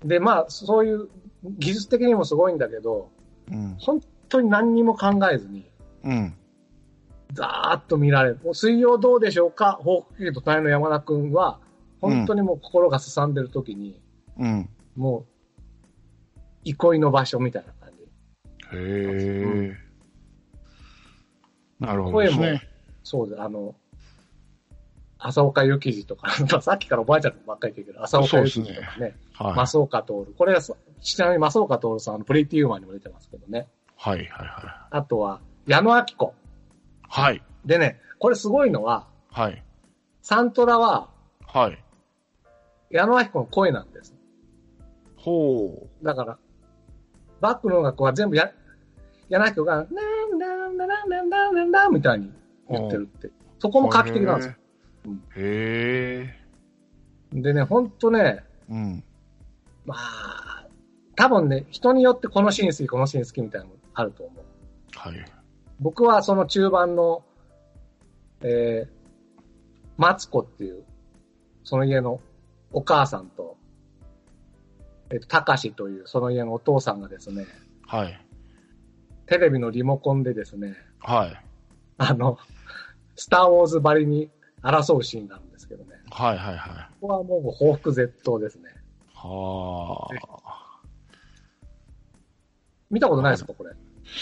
で、まあ、そういう技術的にもすごいんだけど、 うん。 本当に何にも考えずに、 うん。 ざーっと見られる。もう水曜どうでしょうか、ホークキーと隣の山田くんは、本当にもう心がすさんでる時に、 うん。 もう、憩いの場所みたいな感じ。 へえ。なるほど声もですね。、 そうで、浅岡幸二とか、さっきからおばあちゃんばっかり言ってるけど、浅岡幸二とかね、 はい。 増岡徹。これは、ちなみに増岡徹さん、プリティウーマンにも出てますけどね。 はいはいはあとは、矢野明子。 い。はい。 でね、これすごいのは、 はい。 サントラは、 はい。 矢野明子の声なんです。 ほだから、バックの音楽は全部矢野明子が、なんだんだなんだんだんだんだみたいに言ってるって。そこも画期的なんですよ。 へえ。 でね、ほんとね、 うん。 まあ、多分ね、人によってこのシーン好き、このシーン好きみたいなのあると思う。 はい。 僕はその中盤の、マツコっていう、その家のお母さんと、たかしというその家のお父さんがですね、 はい。 テレビのリモコンでですね、 はい。 スターウォーズばりに争うシーンがあるんですけどね。 はいはいはい。 ここはもう報復絶倒ですね。 はあ。 見たことないですか、これ。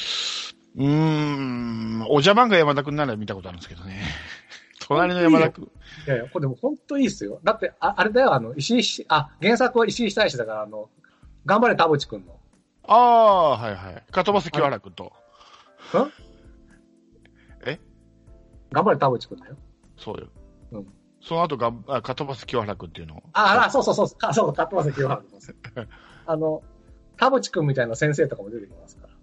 お茶漫画山田くんなら見たことあるんですけどね。隣の山田くん。 いやいや、これでも本当いいっすよ。だって、あれだよ、原作は石井久石だから、頑張れ田淵くんの。 ああ、はいはい。かとばす清原くんと。え頑張れ田淵くんだよ。 そうよ。 うん。 その後かとばす清原くんっていうのを。 そう、かとばせ清原くんです。田淵くんみたいな先生とかも出てきますから。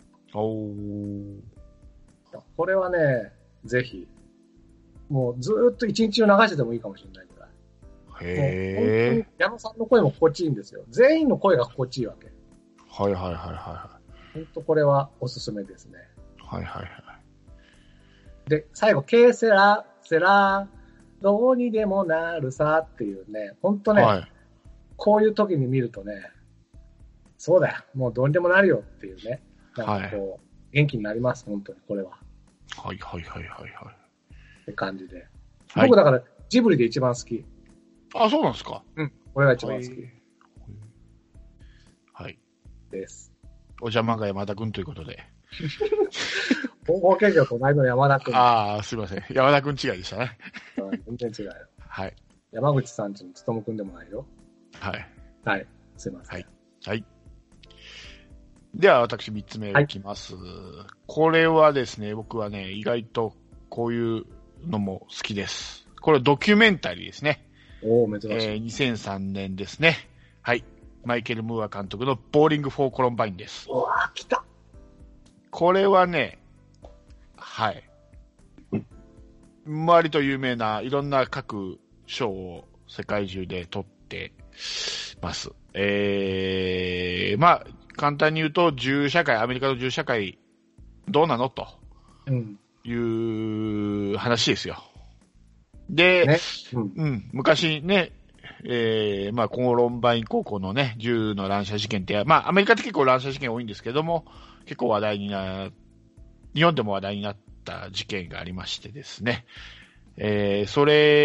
おー。 これはね、ぜひ、もうずーっと一日中流しててもいいかもしれないぐらい。 へ本当に矢野さんの声も心地いいんですよ。全員の声が心地いいわけ。 はいはいはいは本当これはおすすめですね。 い。はいはいはい。 で、最後、ケーセラ、どうにでもなるさっていうね、本当ね、 はい。 こういう時に見るとね、そうだよ、もうどうにでもなるよっていうね、なんかこう、元気になります、本当にこれは。 はいはいはいはいはい。 って感じで。 はい、 僕だからジブリで一番好き。 あ、そうなんですか。 うん。これが一番好き。 はい。 です。 お邪魔が山田くんということで。 東方結局隣の山田くん。 ああ、すいません。山田くん違いでしたね。 全然違うよ。 はい。 山口さんちのつとむくんでもないよ。 はい。 はい。すいません。 はい。はい。では、私3つ目いきます、はい。これはですね、僕はね、意外とこういうのも好きです。これドキュメンタリーですね。 珍しい。 2003年ですね。はい。マイケル・ムーア監督のボーリング・フォー・コロンバインです。 うわー、来た。 これはね、はい。割と有名ないろんな各賞を世界中で取ってます。まあ、簡単に言うと、アメリカの銃社会、どうなのという話ですよ。で、 ね昔ね、まあ、コロンバイン高校のね、銃の乱射事件って、まあ、アメリカって結構乱射事件多いんですけども、結構日本でも話題になった事件がありましてですね、そ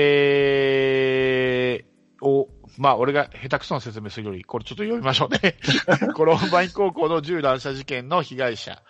れを、まあ、俺が下手くそな説明するより、これちょっと読みましょうね。コロンバイン高校の銃乱射事件の被害者、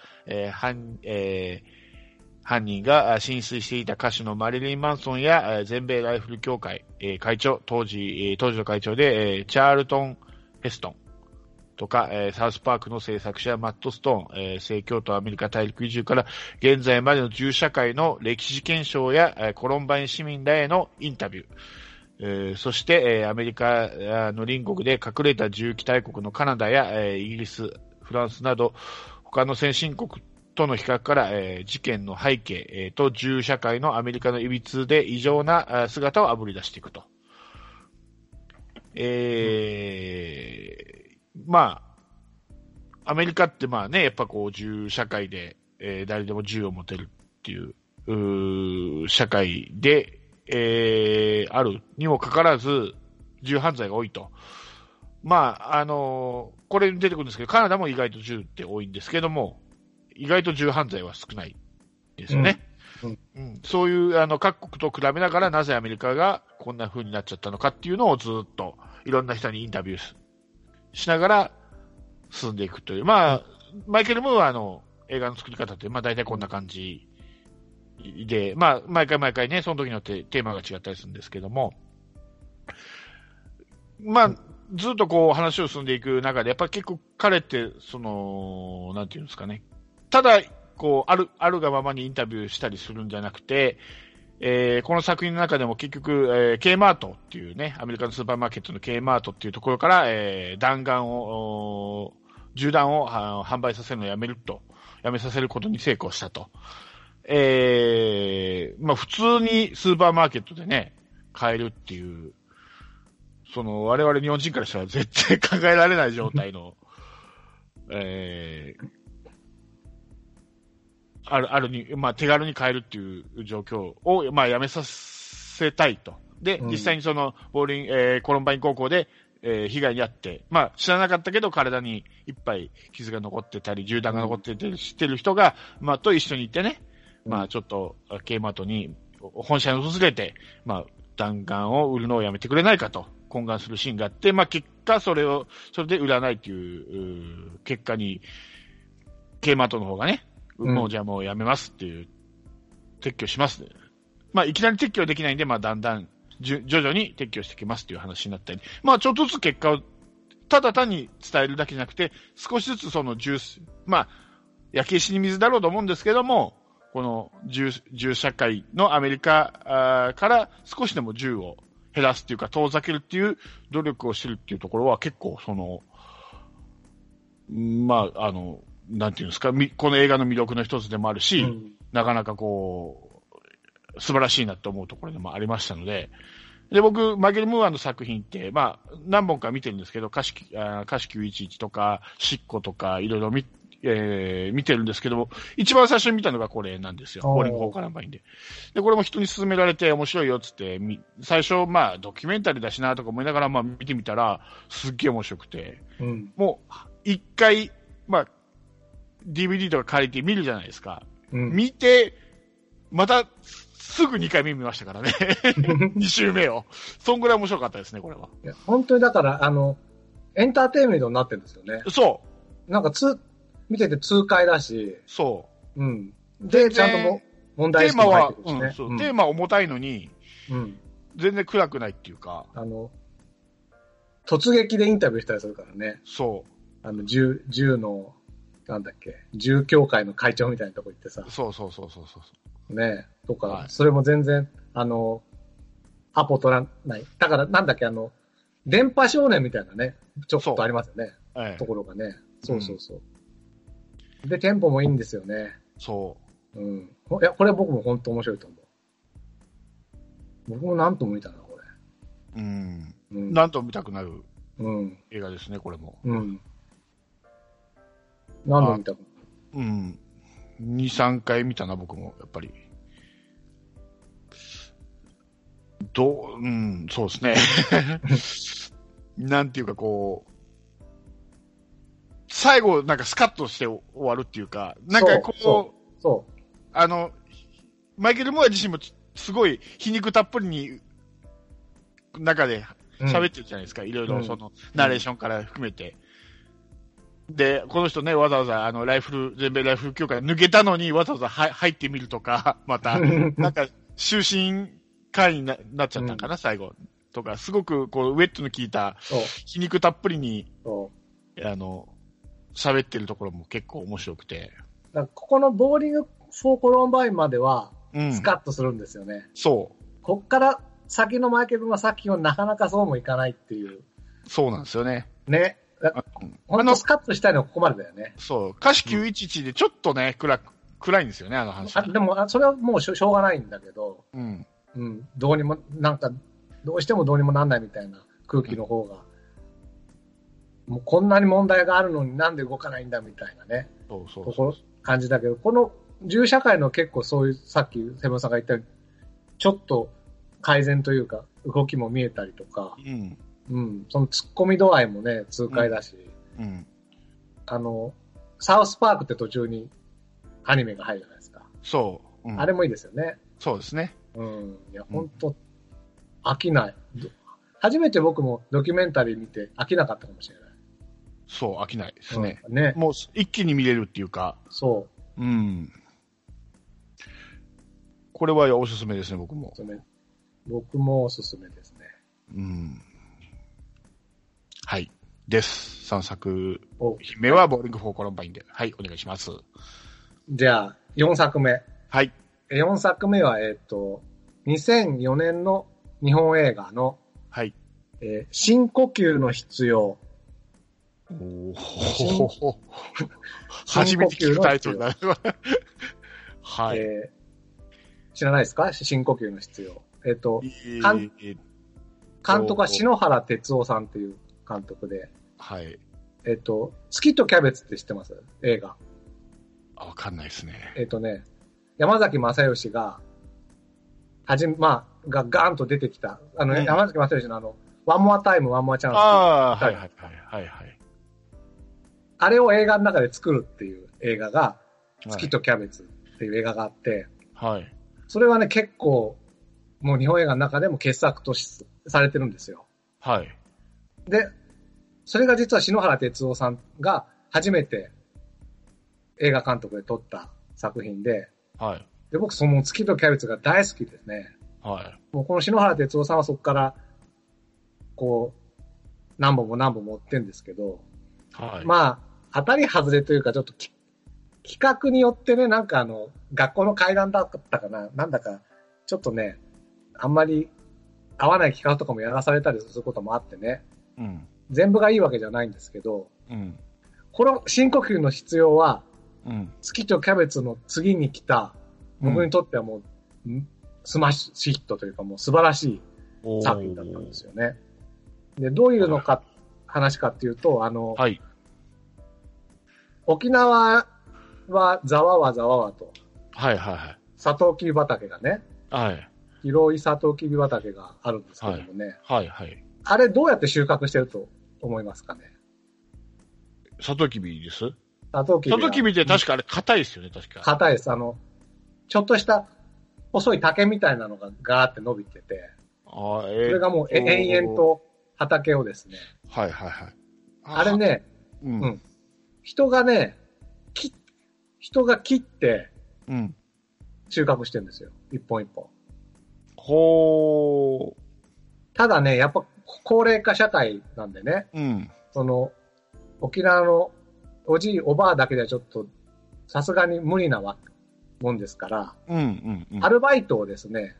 犯人が浸水していた歌手のマリリン・マンソンや全米ライフル協会、会長、当時の会長で、チャールトン・ヘストンとか、サウスパークの制作者マット・ストーン、正教徒アメリカ大陸移住から現在までの銃社会の歴史検証や、コロンバイン市民らへのインタビュー、そして、アメリカの隣国で隠れた銃器大国のカナダや、イギリス、フランスなど他の先進国との比較から、事件の背景、と銃社会のアメリカのいびつで異常な姿をあぶり出していくと。まあ、アメリカってまあね、やっぱこう銃社会で、誰でも銃を持てるっていう、社会で、あるにもかかわらず、銃犯罪が多いと。 まあ、これに出てくるんですけど、カナダも意外と銃って多いんですけども、意外と銃犯罪は少ないですよね。そういう各国と比べながら、なぜアメリカがこんな風になっちゃったのかっていうのをずっといろんな人にインタビューしながら進んでいくという。まあ、マイケル・ムーアの映画の作り方って、まあ大体こんな感じで、まあ、毎回ね、その時によってテーマが違ったりするんですけども、まあ、ずっとこう話を進んでいく中で、やっぱり結構彼って、なんていうんですかね。ただ、こう、あるがままにインタビューしたりするんじゃなくて、この作品の中でも結局、K マートっていうね、アメリカのスーパーマーケットの K マートっていうところから、銃弾を販売させるのをやめさせることに成功したと。まあ普通にスーパーマーケットでね、買えるっていう、我々日本人からしたら絶対考えられない状態の、まあ手軽に買えるっていう状況を、まあやめさせたいと。で、実際にコロンバイン高校で、被害に遭って、まあ知らなかったけど体にいっぱい傷が残ってたり、銃弾が残ってたりしてる人が、まあと一緒に行ってね、まあちょっと、K マートに本社に訪れて、まあ弾丸を売るのをやめてくれないかと懇願するシーンがあって、まあ結果それで売らないという結果に、K マートの方がね、もうじゃあもうやめますっていう、撤去します。まあいきなり撤去できないんで、まあだんだん徐々に撤去してきますっていう話になったり、まあちょっとずつ結果をただ単に伝えるだけじゃなくて、少しずつまあ焼け石に水だろうと思うんですけども、この銃社会のアメリカから少しでも銃を減らすっていうか遠ざけるっていう努力をしてるっていうところは結構まあなんていうんですか、この映画の魅力の一つでもあるし、なかなかこう、素晴らしいなって思うところでもありましたので、で、僕、マイケル・ムーアの作品って、まあ、何本か見てるんですけど、歌詞911とか、シッコとか、いろいろ見てるんですけども、一番最初に見たのがこれなんですよ。ボーリング・フォー・カランバインで。で、これも人に勧められて面白いよっつって、最初、まあ、ドキュメンタリーだしなとか思いながら、まあ、見てみたら、すっげえ面白くて、もう、一回、まあ、DVD とか借りて見るじゃないですか。見て、また、すぐ2回目見ましたからね。2週目を。そんぐらい面白かったですね、これは。 いや本当にだから、エンターテインメントになってるんですよね。 そう。 なんか見てて痛快だし。 そう。 で、ちゃんと問題意識も入ってくるしね。 テーマは重たいのに、全然暗くないっていうか。 突撃でインタビューしたりするからね。 そう。 銃の、なんだっけ、銃協会の会長みたいなとこ行ってさ。 そう。 ねえ、とか、それも全然、アポ取らない。だから、なんだっけ、電波少年みたいなね、ちょっとありますよね。ところがね。そう。で、テンポもいいんですよね。 そう。 いや、これ僕も本当面白いと思う。僕も何とも見たな、これ。 何とも見たくなる映画ですね、これも。 何度も見たくなる。 2、3回見たな、僕も、やっぱり。そうですね。なんていうかこう、最後なんかスカッとして終わるっていうか、なんかこう、マイケル・モア自身もすごい皮肉たっぷりに中で喋ってるじゃないですか。いろいろナレーションから含めて。で、この人ね、わざわざ全米ライフル協会抜けたのにわざわざ入ってみるとか、また、なんか、終身会になっちゃったんかな、最後。とか、すごくこう、ウェットの効いた、皮肉たっぷりに、喋ってるところも結構面白くて。 ここのボーリング・フォー・コロンバインまでは、スカッとするんですよね。 そう。 こっから先のマイケルの作品はなかなかそうもいかないっていう。 そうなんですよね。 ね。ほんとスカッとしたいのはここまでだよね。 そう。歌詞911でちょっとね、暗いんですよね、あの話。 でも、それはもうしょうがないんだけど、どうにも、なんか、どうしてもどうにもなんないみたいな空気の方が、もうこんなに問題があるのになんで動かないんだみたいなね。感じだけど、この銃社会の結構そういう、さっきセブンさんが言ったように、ちょっと改善というか、動きも見えたりとか、 うん。その突っ込み度合いもね、痛快だし。 うん。 サウスパークって途中にアニメが入るじゃないですか。 そう。 あれもいいですよね。 そうですね。 うん。いや、ほんと、飽きない。初めて僕もドキュメンタリー見て飽きなかったかもしれない。 そう、飽きないですね。 ね。 もう一気に見れるっていうか。 そう。 うん。これはおすすめですね、僕も。 僕もおすすめですね。 うん。はい。です。3作目はボーリング・フォー・コロンバインで。はい、お願いします。 じゃあ、4作目。 はい。 4作目は、2004年の日本映画の、 はい。 深呼吸の必要。 おー。初めて聞くタイトルだ。はい。 知らないですか？深呼吸の必要。監督は篠原哲夫さんっていう監督で。 はい。 月とキャベツって知ってます？映画。 わかんないですね。 山崎正義が、ガーンと出てきた。山崎正義のワンモアタイム、ワンモアチャンス。 ああ、はいはいはい。 あれを映画の中で作るっていう映画が、月とキャベツっていう映画があって、 はい。 それはね、結構、もう日本映画の中でも傑作とされてるんですよ。 はい。 で、それが実は篠原哲夫さんが初めて映画監督で撮った作品で、 はい。 で、僕その月とキャベツが大好きですね。 はい。 もうこの篠原哲夫さんはそこから、こう、何本も追ってんですけど、 はい。 まあ、当たり外れというか、ちょっと企画によってね、なんか学校の階段だったかな、なんだか、ちょっとね、あんまり合わない企画とかもやらされたりすることもあってね、 うん。 全部がいいわけじゃないんですけど、 うん。 この深呼吸の必要は、 うん。 月とキャベツの次に来た、僕にとってはもう、スマッシュヒットというかもう素晴らしい作品だったんですよね。で、どういうのか、話かっていうと、 はい。 沖縄はざわわざわわと。 はいはいはい。 サトウキビ畑がね。 はい。 広いサトウキビ畑があるんですけどもね。 はいはい。あれどうやって収穫してると思いますかね？ サトウキビです？ サトウキビって確かあれ硬いですよね、確か。 硬いです。ちょっとした細い竹みたいなのがガーって伸びてて。それがもう延々と畑をですね。 はいはいはい。 あれね、人が切って、収穫してるんですよ。一本一本。 ほー。 ただね、やっぱ高齢化社会なんでね、沖縄のおじいおばあだけではちょっと、さすがに無理なもんですから、アルバイトをですね、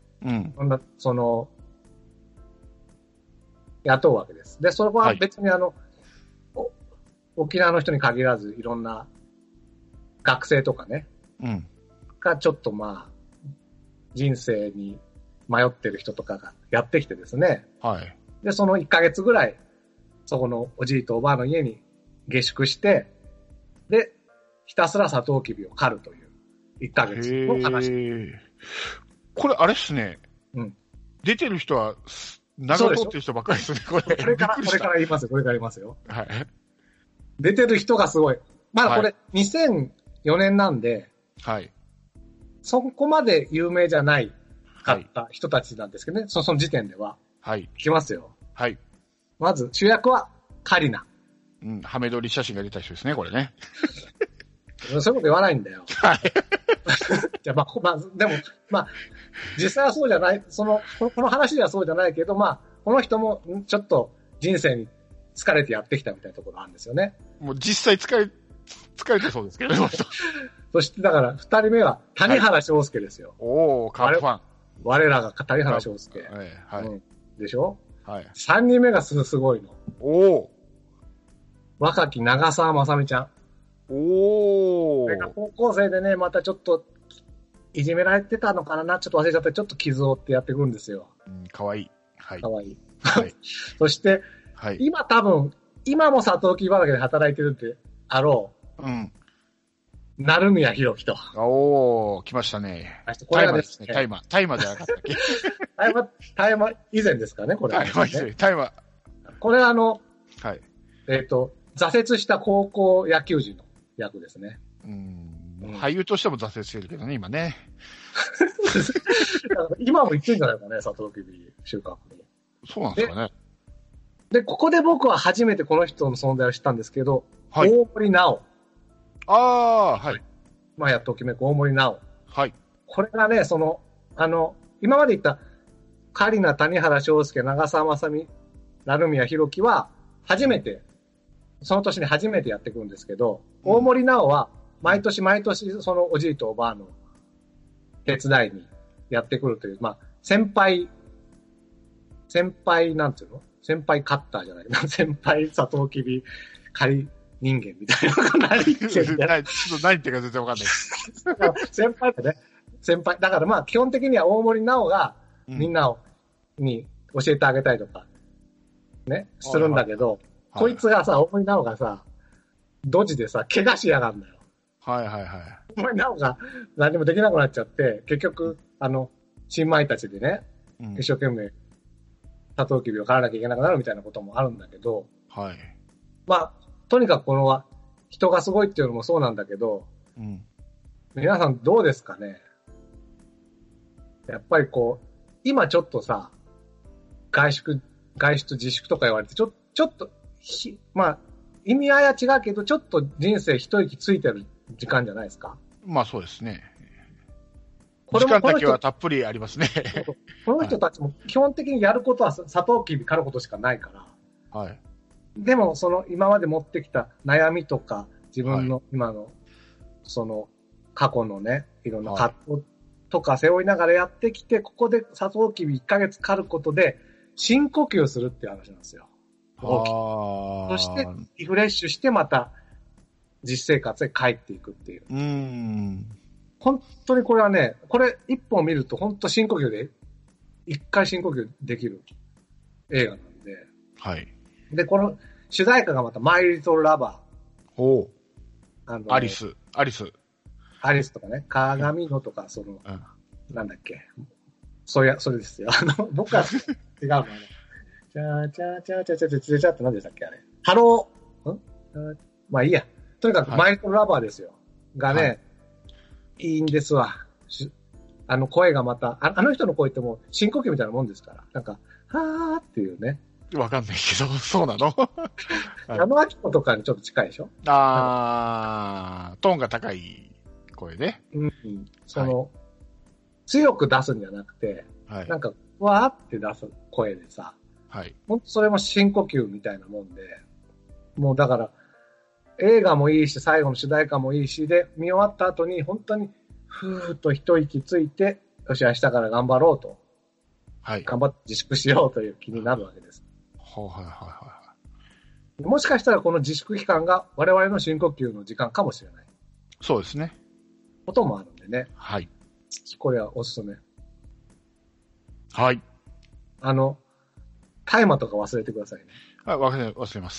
雇うわけです。で、それは別に沖縄の人に限らず、いろんな学生とかね、がちょっと人生に迷ってる人とかがやってきてですね、 はい。 で、その1ヶ月ぐらい、そこのおじいとおばあの家に下宿して、で、ひたすらサトウキビを狩るという1ヶ月の話。 これあれっすね。出てる人は、長野ってる人ばっかりですね、これ。 これから言いますよ。 はい。 出てる人がすごい。まだこれ2004年なんで、 はい。 そこまで有名じゃないかった人たちなんですけどね、その時点では。 はい。 いきますよ。 はい。 まず、主役はカリナ。 ハメ撮り写真が出た人ですね、これね。 そういうこと言わないんだよ。はい。じゃあ、でも、実際はそうじゃない、この話ではそうじゃないけど、この人もちょっと人生に疲れてやってきたみたいなところあるんですよね。 もう実際疲れてそうですけどね、 そしてだから、二人目は谷原章介ですよ。 おー、カープファン。 我らが谷原章介。 はい。 でしょ？ はい。 三人目がすごいの。 おー。 若き長澤まさみちゃん。 おー。 それが高校生でね、またちょっと、いじめられてたのかな、ちょっと忘れちゃって、ちょっと傷を負ってやってくるんですよ。 かわいい。はい。 かわいい。はい。そして、はい、今もサトウキビ畑で働いてるってあろう。成宮弘樹と。 おー、来ましたね。 これはですね。 大麻じゃなかったっけ？ 大麻以前ですかね、これ、ね。 大麻。 これはい。 挫折した高校野球児の役ですね。 俳優としても挫折してるけどね、今ね。 今も言ってるんじゃないかね、サトウキビ収穫に。 そうなんですかね。 で、ここで僕は初めてこの人の存在を知ったんですけど、 はい、 大森直。 はい。 まあやときめく大森直。 はい。 これがね、今まで言ったカリナ、谷原章介、長澤まさみ、成宮弘樹は、その年に初めてやってくるんですけど、大森直は、毎年毎年、そのおじいとおばあの手伝いにやってくるという、まあ、先輩なんていうの？先輩カッターじゃないな。先輩サトウキビ仮人間みたいなのが何言ってるんだよ。 ちょっと何言ってるか全然わかんないです。 先輩だね。だからまあ、基本的には大森直がみんなに教えてあげたりとか、ね、するんだけど、こいつがさ、大森直がさ、ドジでさ、怪我しやがんだよ。 はいはいはい。 大森直が何もできなくなっちゃって、結局、新米たちでね、一生懸命、サトウキビを刈らなきゃいけなくなるみたいなこともあるんだけど、 はい。 まあ、とにかくこの人がすごいっていうのもそうなんだけど、皆さんどうですかね？やっぱりこう、今ちょっとさ、外出自粛とか言われて、ちょっと、まあ、意味合いは違うけど、ちょっと人生一息ついてる時間じゃないですか？ まあそうですね。時間だけはたっぷりありますね。 この人たちも基本的にやることはサトウキビ刈ることしかないから。はい。でも、今まで持ってきた悩みとか、自分の今の、過去のね、いろんな葛藤とか背負いながらやってきて、ここでサトウキビ1ヶ月刈ることで、深呼吸するっていう話なんですよ。そして、リフレッシュしてまた、実生活へ帰っていくっていう。本当にこれはね、これ一本見ると本当深呼吸で、一回深呼吸できる映画なんで。はい。で、この主題歌がまたマイリトルラバー。アリスとかね、鏡のとか、なんだっけ。それですよ。僕は違うのチャーチャーチャーチャーチャーチャーチャーって何でしたっけあれ。ハロー、まあいいや。とにかくマイリトルラバーですよ。がね、いいんですわ。声がまた、あの人の声ってもう深呼吸みたいなもんですから。なんか、はーっていうね。 わかんないけど、そうなの山明子とかにちょっと近いでしょ？ トーンが高い声ね。 強く出すんじゃなくて、なんか、わーって出す声でさ、ほんとそれも深呼吸みたいなもんで、もうだから、映画もいいし、最後の主題歌もいいし、で、見終わった後に、本当に、ふーっと一息ついて、よし、明日から頑張ろうと。頑張って自粛しようという気になるわけです。もしかしたらこの自粛期間が我々の深呼吸の時間かもしれない。 そうですね。 こともあるんでね。 はい。 これはおすすめ。 はい。 大麻とか忘れてくださいね。 忘れます。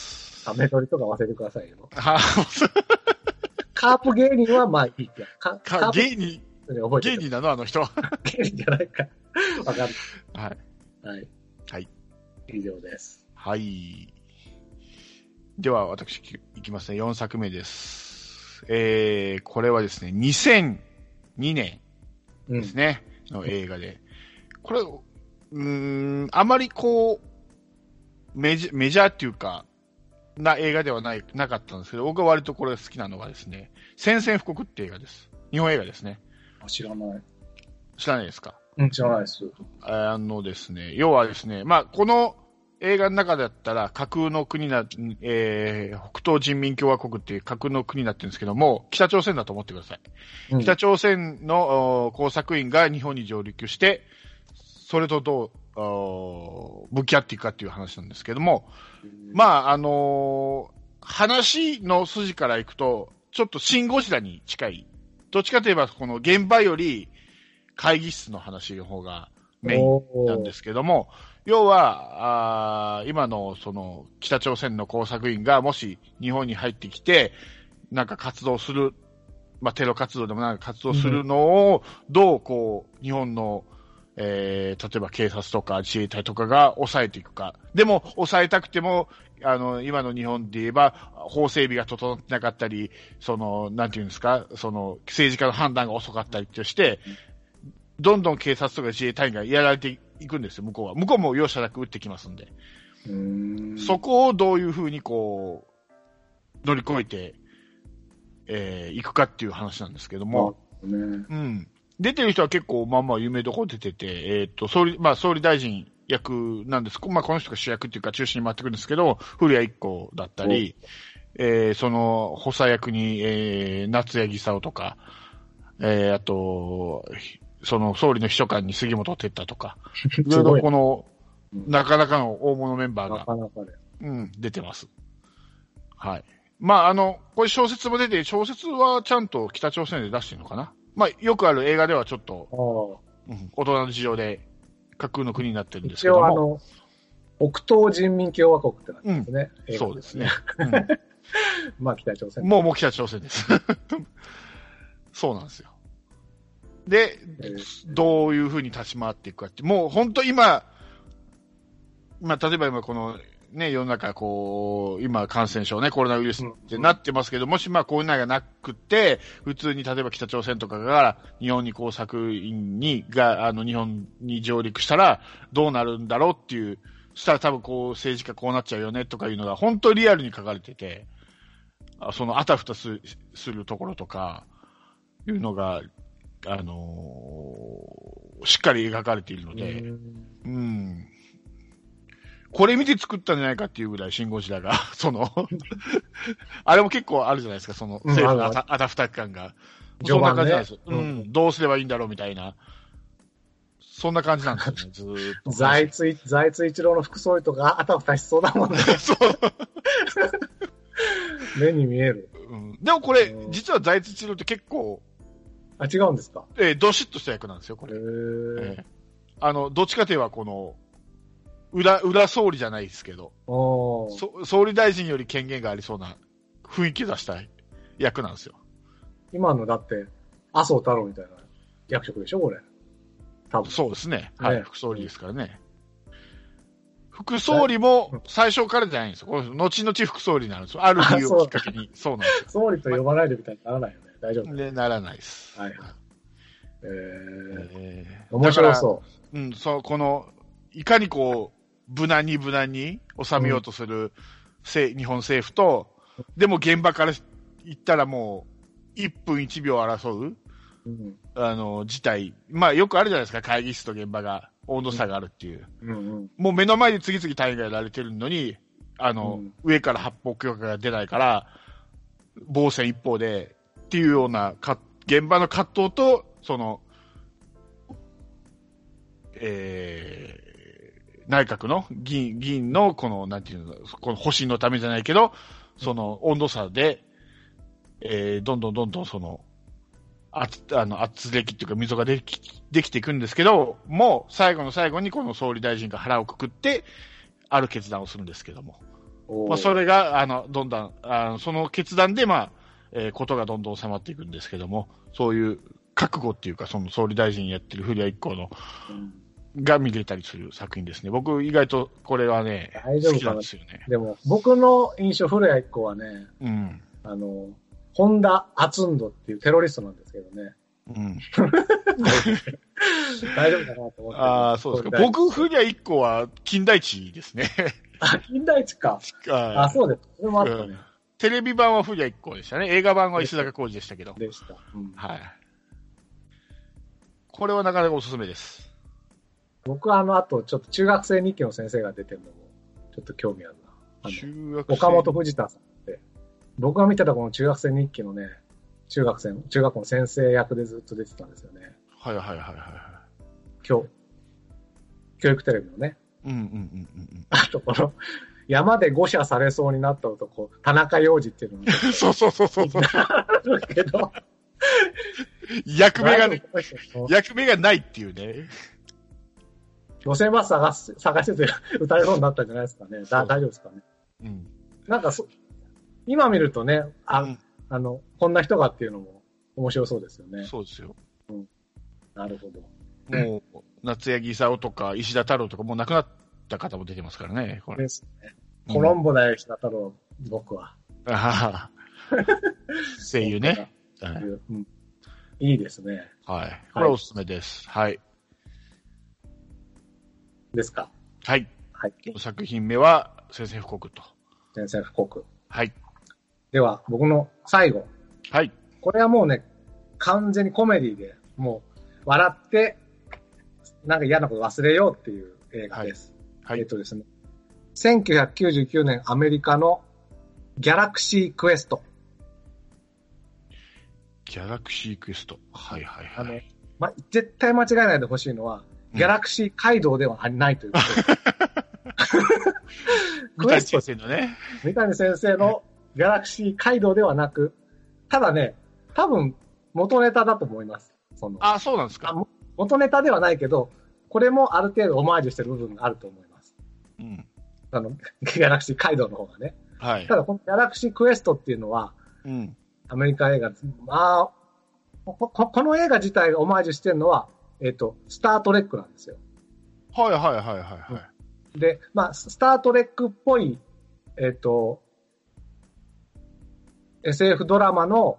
メドリとか忘れてくださいよ。カープ芸人はまあいいや。 芸人なのあの人は。 芸人じゃないか。わかる。 はい。 はい。 はい。 以上です。 はい。では、私、いきますね。4作目です。これはですね、2002年ですね、の映画で。これ、あまりこう、メジャーっていうか、な映画ではなかったんですけど、僕は割とこれ好きなのがですね、宣戦布告って映画です。日本映画ですね。 知らない。 知らないですか？ 知らないです。 ですね、要はですね、まあ、この映画の中だったら架空の国北東人民共和国っていう架空の国になってるんですけども、北朝鮮だと思ってください。北朝鮮の工作員が日本に上陸して、それとどう向き合っていくかっていう話なんですけども、まあ、話の筋からいくと、ちょっとシン・ゴジラに近い。どっちかといえば、この現場より会議室の話の方がメインなんですけども、要は、今のその北朝鮮の工作員がもし日本に入ってきて、なんか活動する、まあ、テロ活動でもなんか活動するのを、どうこう、日本の例えば警察とか自衛隊とかが抑えていくか。でも、抑えたくても、今の日本で言えば、法整備が整ってなかったり、なんていうんですか、政治家の判断が遅かったりとして、どんどん警察とか自衛隊員がやられていくんですよ、向こうは。向こうも容赦なく撃ってきますんで。そこをどういうふうに乗り越えて、いくかっていう話なんですけども。出てる人は結構、まあまあ有名どころ出てて、総理大臣役なんです。この人が主役っていうか中心に回ってくるんですけど、古谷一行だったり、補佐役に、夏柳功とか、あと、総理の秘書官に杉本哲太とか、いろいろなかなかの大物メンバーが、出てます。はい。まあ、こういう小説も出て、小説はちゃんと北朝鮮で出してるのかな。まあ、よくある映画ではちょっと、大人の事情で架空の国になってるんですけども。 北東人民共和国ってなんですね。 そうですね。 まあ、北朝鮮。 もう北朝鮮です。そうなんですよ。で、どういうふうに立ち回っていくかって、もう本当今、例えば今この、ね、世の中今感染症ね、コロナウイルスってなってますけど、もしこういうのがなくて、普通に例えば北朝鮮とかが日本に工作員日本に上陸したらどうなるんだろうっていう、そしたら多分政治家こうなっちゃうよねとかいうのが本当にリアルに書かれてて、あたふたするところとか、いうのが、しっかり描かれているので、これ見て作ったんじゃないかっていうぐらい、シン・ゴジラが、あれも結構あるじゃないですか、政府のあたふた感が。そんな感じなんですよ。どうすればいいんだろうみたいな。そんな感じなんですよね、ずーっと。 財津一郎の副総理とかあたふたしそうだもんね。そう。目に見える。 でもこれ、実は財津一郎って結構、 違うんですか？ どしっとした役なんですよ、これ。どっちかといえば裏総理じゃないですけど、総理大臣より権限がありそうな雰囲気出した役なんですよ。 今のだって、麻生太郎みたいな役職でしょ、これ。多分。 そうですね。はい、副総理ですからね。副総理も最初からじゃないんですよ。後々副総理になるんですよ。ある理由をきっかけに。そうなんですよ。 総理と呼ばないでみたいにならないよね。大丈夫で、ならないです。 はい。面白そう。 いかに無難に収めようとする、日本政府と、でも現場から行ったらもう、1分1秒争う、事態。まあよくあるじゃないですか、会議室と現場が温度差があるっていう。もう目の前で次々隊員がやられてるのに、上から発砲許可が出ないから、防戦一方で、っていうような現場の葛藤と、内閣の議員のなんていうの、この保身のためじゃないけど、温度差で、どんどん圧力っていうか溝ができていくんですけど、もう最後の最後にこの総理大臣が腹をくくって、ある決断をするんですけども。それが、どんどん、その決断で、ことがどんどん収まっていくんですけども、そういう覚悟っていうか、総理大臣やってる古谷一行の、が見れたりする作品ですね。僕意外とこれはね、好きなんですよね。 でも、僕の印象、古谷一行はね、本田敦人っていうテロリストなんですけどね。大丈夫かなと思って。 ああ、そうですか。僕、古谷一行は金田一ですね。 金田一か。そうです。それもあったね。 テレビ版は古谷一行でしたね。映画版は石坂浩二でしたけど。 でした。 はい。これはなかなかおすすめです。 僕はあと、ちょっと中学生日記の先生が出てるのも、ちょっと興味あるな。岡本藤田さんって。僕が見てたこの中学生日記のね、中学校の先生役でずっと出てたんですよね。 はいはいはいはい。 教育テレビのね。あと山で誤射されそうになった男、田中洋次っていうのが。 そう。 けど役目がないっていうね。 路線バス探してて撃たれそうになったんじゃないですかね。大丈夫ですかね。なんか今見るとね、こんな人がっていうのも面白そうですよね。 そうですよ。 なるほど。 もう、夏柳功とか石田太郎とかもう亡くなった方も出てますからね、これ。 ですね。コロンボだよ、石田太郎、僕は。 ああ。声優ね。 いいですね。 はい。これおすすめです。はい。 ですか。 はい。 はい。 作品目は、宣戦布告と。 宣戦布告。 はい。 では、僕の最後。 はい。 これはもうね、完全にコメディで、もう、笑って、なんか嫌なこと忘れようっていう映画です。 はい。 ですね、1999年アメリカのギャラクシークエスト。 ギャラクシークエスト。はいはいはい。 絶対間違えないでほしいのは、ギャラクシー街道ではないということで。 三谷先生のね。 三谷先生のギャラクシー街道ではなく、ただね、多分元ネタだと思います。 そうなんですか。 元ネタではないけど、これもある程度オマージュしてる部分があると思います。 うん。 ギャラクシー街道の方がね。 はい。 ただこのギャラクシークエストっていうのは、 うん。 アメリカ映画、この映画自体がオマージュしてるのは、スタートレックなんですよ。 はいはいはいはいはい。 で、スタートレックっぽい、SF ドラマの、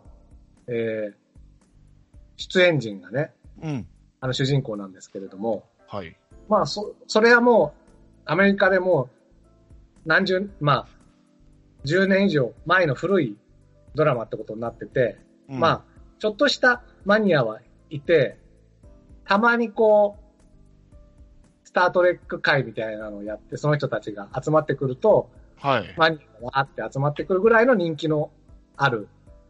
出演陣がね、 うん。 主人公なんですけれども、 はい。 それはもう、アメリカでも10年以上前の古いドラマってことになってて、うん、ちょっとしたマニアはいて、たまにスタートレック会みたいなのをやって、その人たちが集まってくると、 はい。 マニアがわーって集まってくるぐらいの人気のある、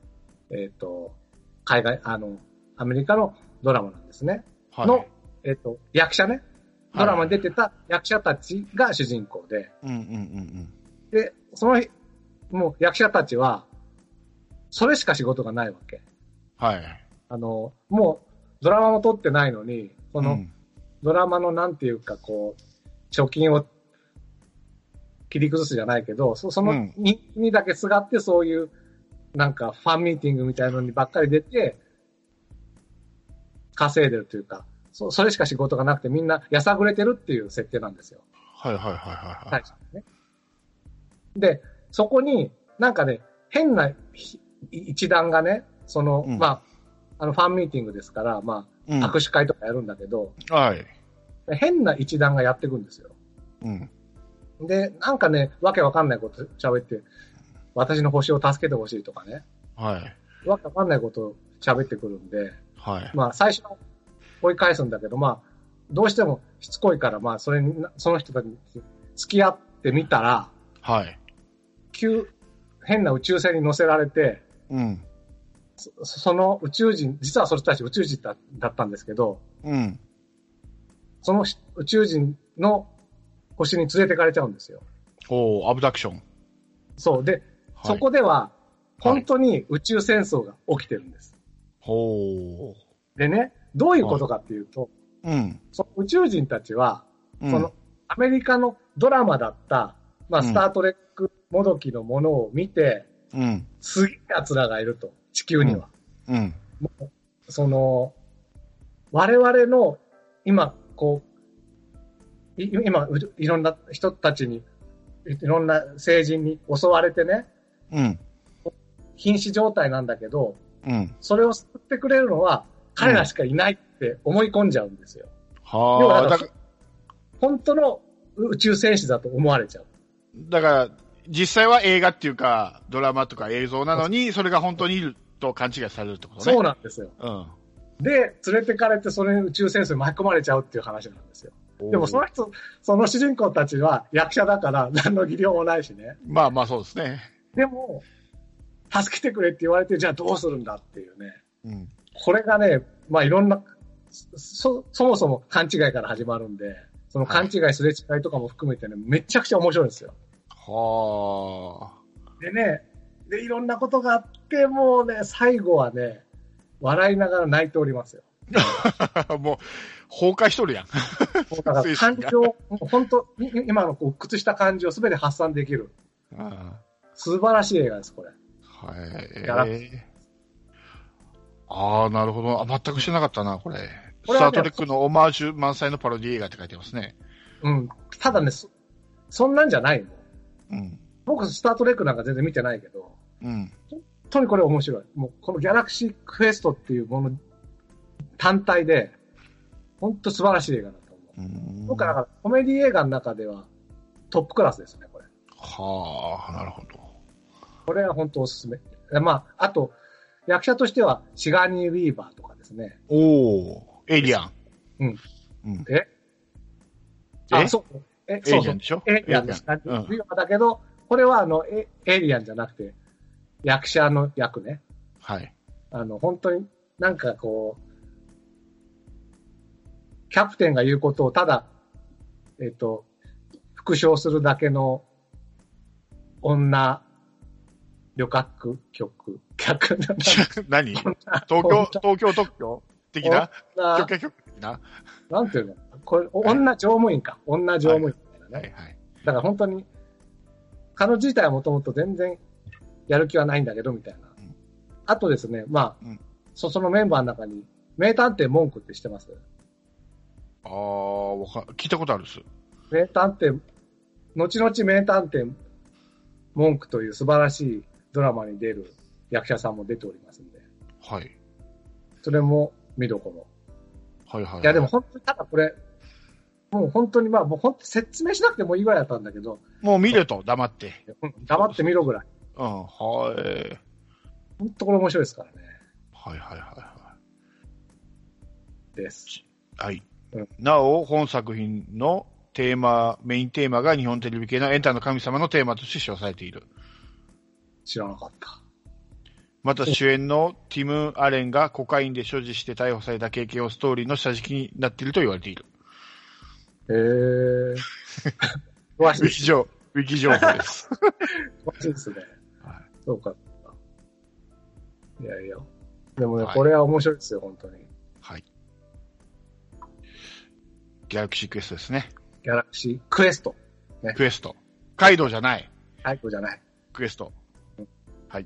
海外、アメリカのドラマなんですね。はい。の、役者ね。ドラマに出てた役者たちが主人公で。で、もう役者たちは、それしか仕事がないわけ。 はい。 もう、ドラマも撮ってないのに、ドラマのなんていうか、貯金を切り崩すじゃないけど、そのにだけすがってそういう、なんかファンミーティングみたいなのにばっかり出て、稼いでるというか、それしか仕事がなくてみんなやさぐれてるっていう設定なんですよ。 はいはいはいはい、はい。 ね、で、そこになんかね、変な一団がね、ファンミーティングですから、握手会とかやるんだけど、 はい。 変な一団がやってくんですよ。 うん。 で、なんかね、わけわかんないこと喋って、私の星を助けてほしいとかね。 はい。 わけわかんないことを喋ってくるんで、 はい。 最初の追い返すんだけど、どうしてもしつこいから、その人たちに付き合ってみたら、 はい。 変な宇宙船に乗せられて、 うん。 その宇宙人、実はその人たち宇宙人だったんですけど、 うん。 その宇宙人の星に連れてかれちゃうんですよ。 アブダクション。 そう。で、はい、そこでは、本当に宇宙戦争が起きてるんです。でね、どういうことかっていうと、その宇宙人たちは、そのアメリカのドラマだった、スタートレックもどきのものを見て、すげえ奴らがいると、地球には。我々の、今、いろんな人たちに、いろんな成人に襲われてね、瀕死状態なんだけど、それを救ってくれるのは彼らしかいないって思い込んじゃうんですよ。要は本当の宇宙戦士だと思われちゃう。 だから、実際は映画っていうか、ドラマとか映像なのに、それが本当にいると勘違いされるってことね。 そうなんですよ。で、連れてかれてそれ宇宙戦争に巻き込まれちゃうっていう話なんですよ。でもその主人公たちは役者だから何の技量もないしね。 そうですね。 でも、助けてくれって言われて、じゃあどうするんだっていうね。これがね、いろんな、そもそも勘違いから始まるんで、その勘違いすれ違いとかも含めてね、めちゃくちゃ面白いんですよ。でね、いろんなことがあって、もうね、最後はね、笑いながら泣いておりますよ。 もう、崩壊しとるやん。 だから感情、本当今の鬱屈した感情をすべて発散できる。素晴らしい映画です、これ。 はい。なるほど。全く知らなかったな、これ。 スタートレックのオマージュ満載のパロディ映画って書いてますね。 うん。ただね、そんなんじゃないの。 うん。 僕、スタートレックなんか全然見てないけど、 うん。 本当にこれ面白い。もう、このギャラクシークエストっていうもの単体で、本当素晴らしい映画だと思う。僕はだからコメディ映画の中ではトップクラスですね、これ。 はあ、なるほど。 これは本当おすすめ。まあ、あと、役者としてはシガニー・ウィーバーとかですね。 おー、エイリアン。 うん。 うん、 そう。 エイリアンでしょ？ エイリアンです。ウィーバーだけど、これはエイリアンじゃなくて、役者の役ね。 はい。 本当になんかこう、キャプテンが言うことをただ、復唱するだけの女旅客何？東京特許的な許可局的ななんていうのこれ、女乗務員か。女乗務員みたいなね。はいはい。だから本当に、彼女自体はもともと全然やる気はないんだけど、みたいな。あとですね、まあ、そのメンバーの中に、名探偵文句って知ってます？ 聞いたことあるっす。 名探偵、後々名探偵文句という素晴らしいドラマに出る役者さんも出ておりますんで。 はい。 それも見どころ。 はいはい、はい。 いやでも本当に、ただこれ、もう本当にもう本当説明しなくてもいいぐらいだったんだけど。 もう見ると、黙って。 黙って見ろぐらい。 はい。 本当これ面白いですからね。 はいはいはいはい。 です。 はい。なお、本作品のメインテーマが日本テレビ系のエンタの神様のテーマとして使用されている。 知らなかった。 また主演のティム・アレンがコカインで所持して逮捕された経験をストーリーの下敷きになっていると言われている。ウィキ情報です。 詳しいですね。はい。そうか。いやいや。でもね、はい、これは面白いですよ、本当に。 はい。ギャラクシークエストですね。 ギャラクシークエスト。 ね、クエスト。カイドウじゃない。 カイドウじゃない。 クエスト。はい。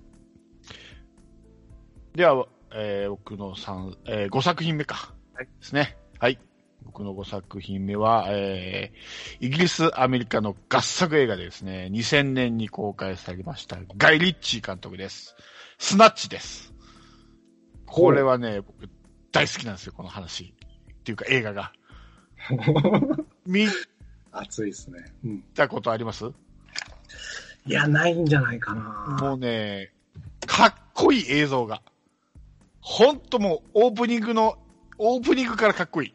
では、僕の5作品目か。はい。ですね。はい。僕の5作品目は、イギリス、アメリカの合作映画でですね、2000年に公開されました、ガイ・リッチー監督です。スナッチです。これはね、僕大好きなんですよ、この話。っていうか映画が。 熱いですね。 見たことあります？ いや、ないんじゃないかな。 もうね、かっこいい映像が。ほんともうオープニングからかっこいい。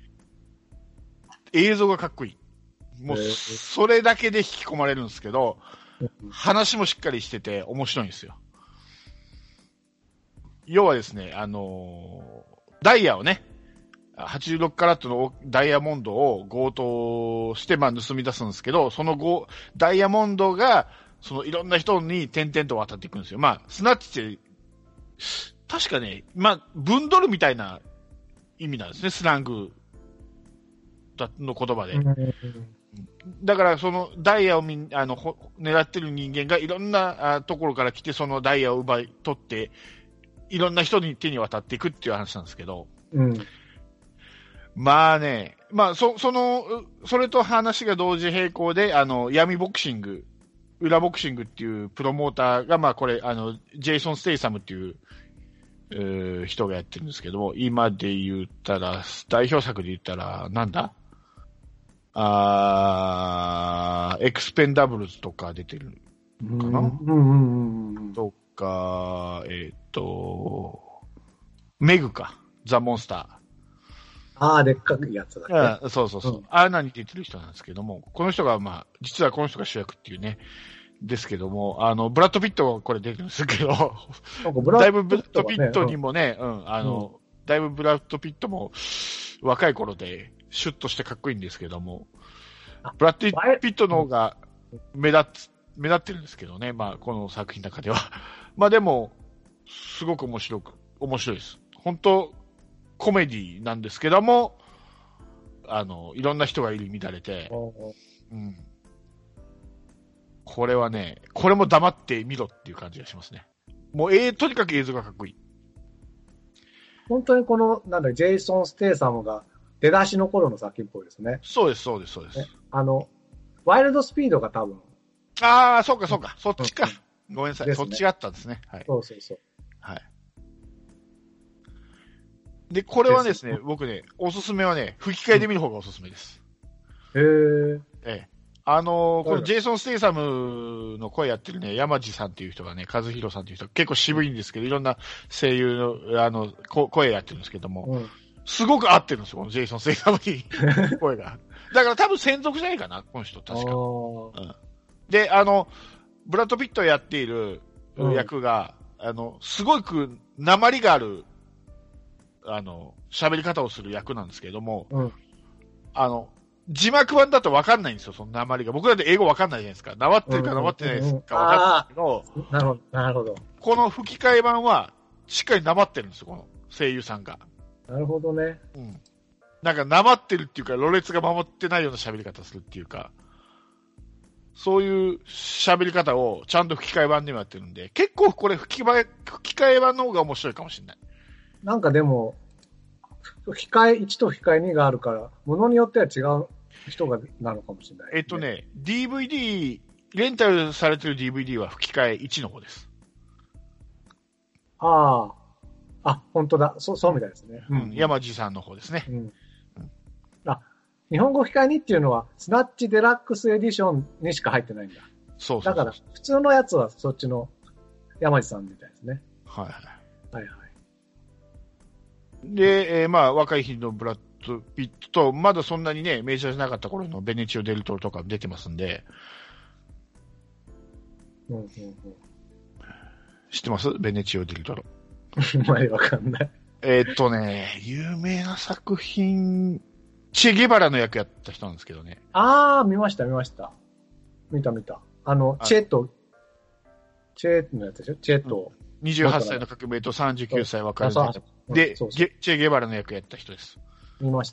映像がかっこいい。もう、それだけで引き込まれるんですけど、話もしっかりしてて面白いんですよ。要はですね、ダイヤをね、86カラットのダイヤモンドを強盗して、盗み出すんですけど、そのダイヤモンドが、いろんな人に点々と渡っていくんですよ。スナッチって、確かね、分取るみたいな意味なんですね、スラングの言葉で。だから、そのダイヤを狙ってる人間がいろんなところから来て、そのダイヤを奪い取って、いろんな人に手に渡っていくっていう話なんですけど、それと話が同時並行で、闇ボクシング、裏ボクシングっていうプロモーターが、これ、ジェイソン・ステイサムっていう、人がやってるんですけど、今で言ったら、代表作で言ったら、なんだ？エクスペンダブルズとか出てるかな？とか、メグか、ザ・モンスター。でっかくやつだね。そうそうそう。あんなに出てる人なんですけども、この人が実はこの人が主役っていうね、ですけども、ブラッド・ピットがこれ出てるんですけど、だいぶブラッド・ピットにもね、だいぶブラッド・ピットも若い頃でシュッとしてかっこいいんですけども、ブラッド・ピットの方が目立ってるんですけどね、この作品の中では。でも、すごく面白いです。本当コメディなんですけども、いろんな人が入り乱れて、これはね、これも黙って見ろっていう感じがしますね。もうとにかく映像がかっこいい。 本当にこの、ジェイソン・ステイサムが出だしの頃の作品っぽいですね。 そうです、そうです、そうです。 ワイルドスピードが多分。 ああ、そうか、そうか。そっちか。ごめんなさい、ね。そっちだったんですね。はい。 そうそうそう。 はい。で、これはですね、僕ね、おすすめはね、吹き替えで見る方がおすすめです。 へえ。 ええ。このジェイソン・ステイサムの声やってるね、山地さんっていう人がね、和弘さんっていう人結構渋いんですけど、いろんな声優の、声やってるんですけども、すごく合ってるんですよ、このジェイソン・ステイサムに声が。だから多分専属じゃないかな、この人、確か。で、ブラッド・ピットやっている役が、すごく訛りがある、喋り方をする役なんですけれども、字幕版だと分かんないんですよ、その訛りが。僕だって英語分かんないじゃないですか。訛ってるか訛ってないか分かんないけど、 なるほど。 この吹き替え版は、しっかり訛ってるんですよ、この声優さんが。 なるほどね。 うん。なんか訛ってるっていうか、ろれつが守ってないような喋り方するっていうか、そういう喋り方をちゃんと吹き替え版でもやってるんで、結構これ吹き替え版の方が面白いかもしれない。 なんかでも、吹き替え1と吹き替え2があるから、ものによっては違う人がなのかもしれない、 ね。DVD、レンタルされてる DVD は吹き替え1の方です。 あ、本当だ。そうみたいですね。 山地さんの方ですね。 日本語吹き替え2っていうのは、スナッチデラックスエディションにしか入ってないんだ。 そうだから、普通のやつはそっちの山地さんみたいですね。 はいはい。 はいはい。 で、若い日のブラッド・ピットと、まだそんなにね、メジャーじゃなかった頃のベネチオ・デルトロとか出てますんで。知ってますベネチオ・デルトロ。 あまりわかんない。 有名な作品、チェ・ゲバラの役やった人なんですけどね。 見ました。見た。チェのやつでしょチェと。 28歳の革命と39歳別れた。で、チェ・ゲバラの役やった人です。 見ました。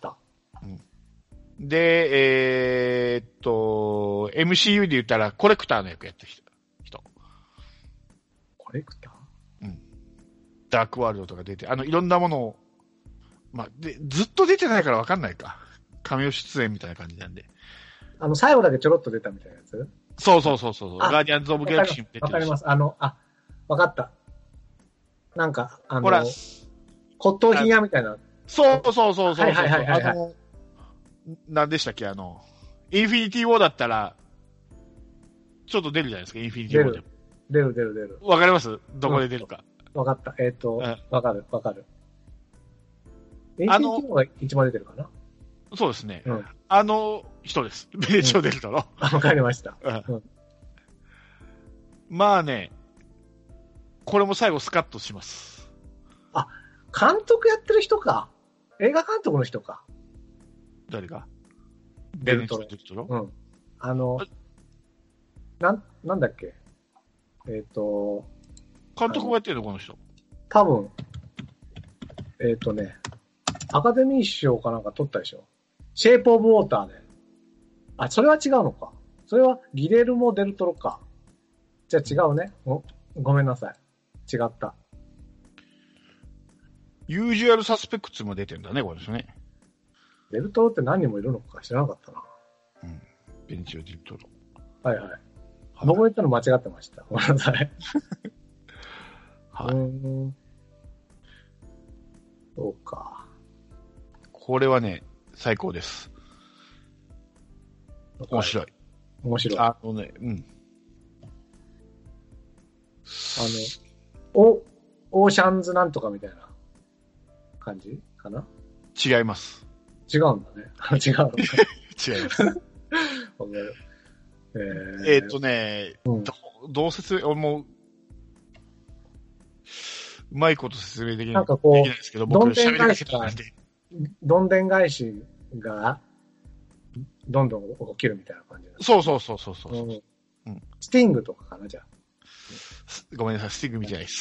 で、MCU で言ったらコレクターの役やった人。 コレクター？ ダークワールドとか出て、いろんなものを、ずっと出てないから分かんないか。カメオ出演みたいな感じなんで。 最後だけちょろっと出たみたいなやつ？ そう。ガーディアンズ・オブ・ギャラクシーも出てる。 わかります。わかった。なんか、 ほら、 骨董品屋みたいな。 そう。 はい。 何でしたっけインフィニティ・ウォーだったら、ちょっと出るじゃないですか、インフィニティ・ウォーでも。 出る。 わかりますどこで出るか。 わかった。わかる。インフィニティ・ウォーが一番出てるかな？ そうですね。人です。ベネチオ・デルトロ。 わかりました。 まあね、これも最後スカッとします。 監督やってる人か。映画監督の人か。 誰が？ デルトロ。なんだっけ。 監督もやってるのこの人。 多分、アカデミー賞かなんか取ったでしょ。シェイプオブウォーターで。それは違うのか。それはギレルモ・デルトロか。じゃあ違うね。ごめんなさい。違った。 ユージュアルサスペクツも出てんだね、これですね。 デルトロって何人もいるのか知らなかったな。 ベネチオ・デルトロ。 はい。僕が言ったの間違ってました。ごめんなさい。そうか。 これはね、最高です。面白い。 オーシャンズなんとかみたいな感じかな？ 違います。 違うんだね。違うのか。 違います。どう説明、もう、うまいこと説明できないですけど、僕喋りかけたんで。 どんでん返しが、どんどん起きるみたいな感じ。 そう。 スティングとかかな、じゃあ。 ごめんなさい、スティング見てないです。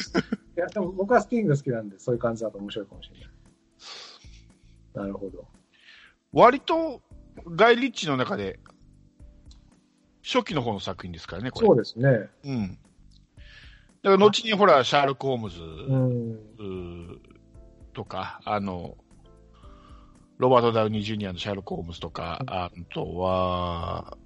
いや、でも僕はスティング好きなんで、そういう感じだと面白いかもしれない。なるほど。 割と、ガイ・リッチの中で、初期の方の作品ですからね、これ。 そうですね。 だから、後にほら、シャーロック・ホームズ、 とか、ロバート・ダウニー・ジュニアのシャーロック・ホームズとか、あとは、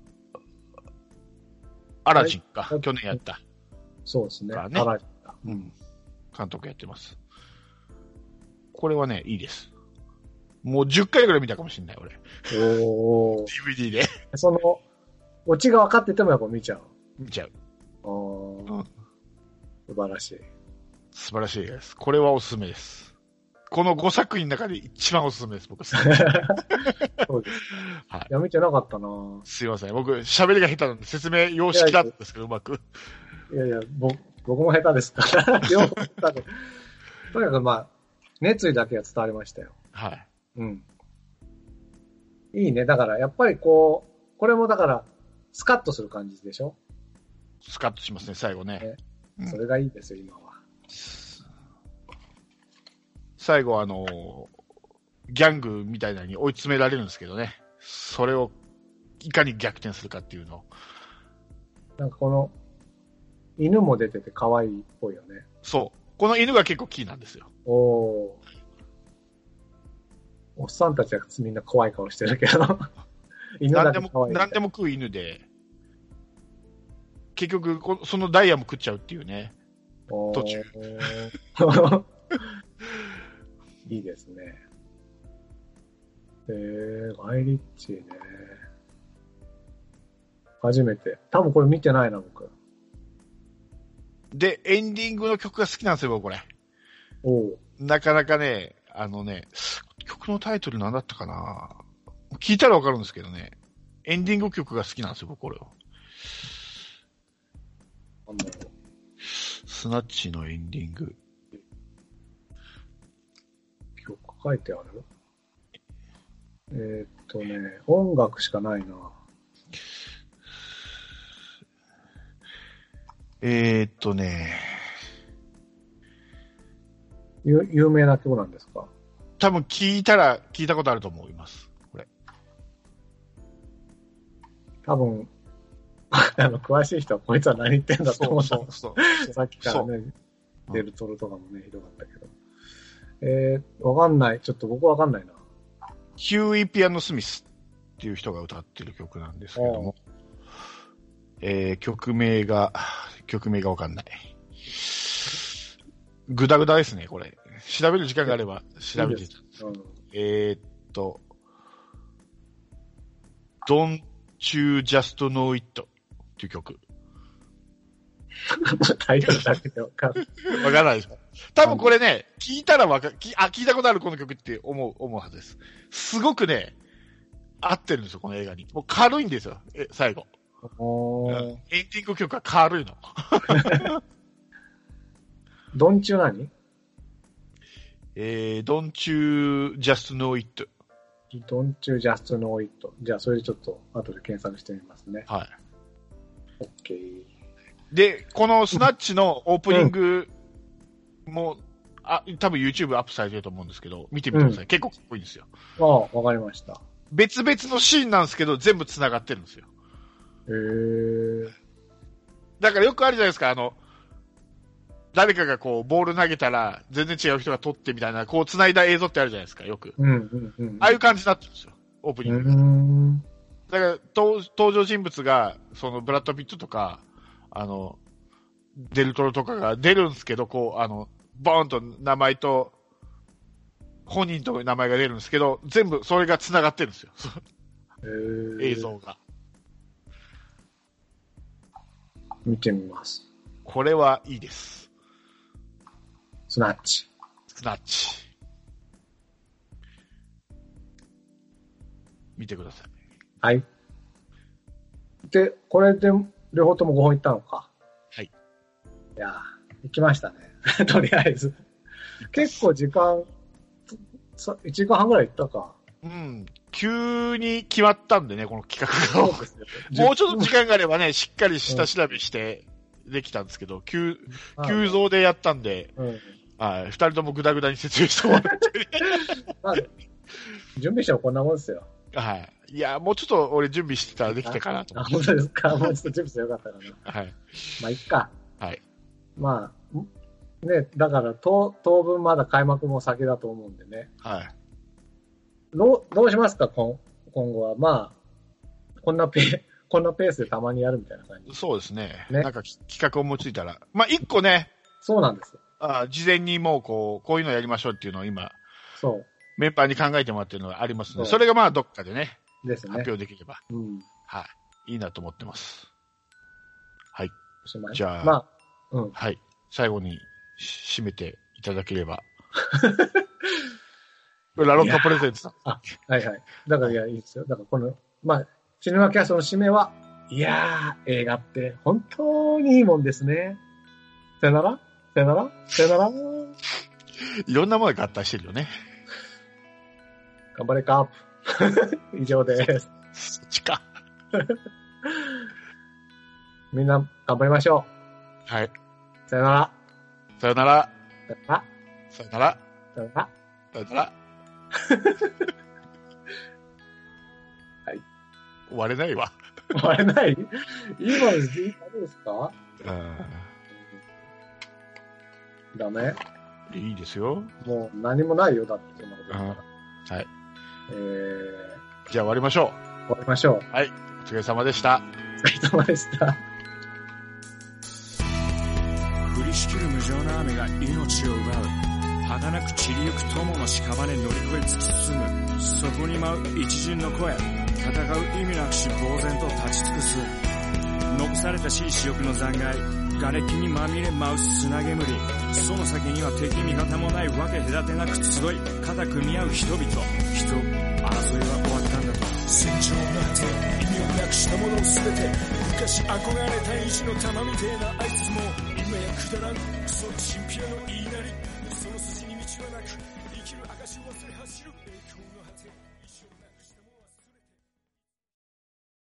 アラジンか、去年やった。 そうですね。 アラジン。うん。監督やってます。これはね、いいです。もう10回ぐらい見たかもしれない、俺。DVD で。 その、オチが分かっててもやっぱ見ちゃう。 見ちゃう。 素晴らしい。 素晴らしいです。これはおすすめです。この5作品の中で一番おすすめです、僕。そうです。 はい。いや、見てなかったな。 すいません。僕、喋りが下手なんで説明様式だったんですけど、うまく。 いやいや、僕も下手ですから。両方下手で。とにかくまあ、熱意だけは伝わりましたよ。 はい。 うん。いいね。だから、やっぱりこれもだから、スカッとする感じでしょ？ スカッとしますね、最後ね。 それがいいですよ、今は。 最後ギャングみたいなのに追い詰められるんですけどね。それをいかに逆転するかっていうのを。 なんかこの、犬も出てて可愛いっぽいよね。 そう。この犬が結構キーなんですよ。 おっさんたちはみんな怖い顔してるけど。犬だけ可愛い。 何でも食う犬で、結局そのダイヤも食っちゃうっていうね。途中。 いいですね。ガイ・リッチーね。初めて。多分これ見てないな、僕。 で、エンディングの曲が好きなんですよ、僕これ。なかなかね、曲のタイトル何だったかな？聞いたらわかるんですけどね。エンディング曲が好きなんですよ、僕これを。スナッチのエンディング。 曲書いてある？音楽しかないな。有名な曲なんですか？ 多分聞いたことあると思います。これ。 多分、詳しい人はこいつは何言ってんだと思った。そうさっきからね、デルトロとかもね、ひどかったけど。わかんない。ちょっと僕わかんないな。 ヒューイ・ピアノ・スミスっていう人が歌ってる曲なんですけども、曲名がわかんない。ぐだぐだですね、これ。調べる時間があれば調べてたんですけど。Don't You Just Know It っていう曲。 タイトルだけでわかんない。 わからないでしょ。多分これね、聞いたら聞いたことあるこの曲って思うはずです。すごくね、合ってるんですよ、この映画に。もう軽いんですよ、最後。エンディング曲が軽いの。 ドンチュ何 ？Don't You Just Know It。Don't You Just Know It。じゃあ、それでちょっと後で検索してみますね。 はい。 OK。 で、このスナッチのオープニングも、多分 YouTube アップされてると思うんですけど、見てみてください。結構かっこいいんですよ。 わかりました。 別々のシーンなんですけど、全部繋がってるんですよ。だからよくあるじゃないですか、誰かがこう、ボール投げたら、全然違う人が取ってみたいな、こう繋いだ映像ってあるじゃないですか、よく。ああいう感じになってるんですよ、オープニング。だから、登場人物が、その、ブラッド・ピットとか、デルトロとかが出るんですけど、こう、ボーンと名前と、本人と名前が出るんですけど、全部それが繋がってるんですよ。映像が。 見てみます。 これはいいです。 スナッチ。 見てください。 はい。で、これで両方とも5本行ったのか。 はい。 いやー、行きましたね。とりあえず。結構時間、1時間半ぐらい行ったか。 うん。急に決まったんでね、この企画が。もうちょっと時間があればね、しっかり下調べしてできたんですけど、急増でやったんで、2人ともグダグダに説明してもらって、 まあ。準備してもこんなもんですよ。 はい。いや、もうちょっと俺準備してたらできたかなと思って。 本当ですか？もうちょっと準備してよかったかな。 はい。 まあ、いっか。 はい。 まあ、 ね、だから当分まだ開幕も先だと思うんでね。 はい。 どうしますか、今後は。まあ、こんなペースでたまにやるみたいな感じ。 そうですね。なんか企画思いついたら。まあ、一個ね。 そうなんです。 事前にもうこういうのやりましょうっていうのを今、 そう。 メンバーに考えてもらってるのがありますので、それがまあどっかでね、 ですね。 発表できれば。 うん。 はい。いいなと思ってます。はい。 じじゃあ、 まあ、うん。 はい。最後に締めていただければ。ラロッカプレゼンツさん。 はいはい。だからいいですよ。だからまあ、シネマキャストの締めは、いやー、映画って本当にいいもんですね。さよならさよならさよならいろんなものが合体してるよね。 頑張れカープ。以上です。 そっちか。 みんな頑張りましょう。はい。 さよなら。 さよなら。 さよなら。 さよなら。さよなら。さよなら。 はい。 終われないわ。 終われない今の時間どうですか？ダメ？ いいですよ。 もう何もないよ、だってそんなこと。 はい。じゃあ終わりましょう。終わりましょう。 はい。お疲れ様でした。 お疲れ様でした。 降りしきる無情な雨が命を奪う。儚く散りゆく友の屍乗り越え突き進む。そこに舞う一陣の声。戦う意味なくし呆然と立ち尽くす。残されたしい死翼の残骸。瓦礫にまみれ舞う砂煙。その先には敵味方もないわけ隔てなく集い肩組み合う人々。争いは終わったんだと。戦場の果て意味をなくしたものすべて。昔憧れた意地の玉みてえなあいつも今やくだらんクソチンピラの言いなり。その筋に道はなく生きる証を忘れ走る栄光が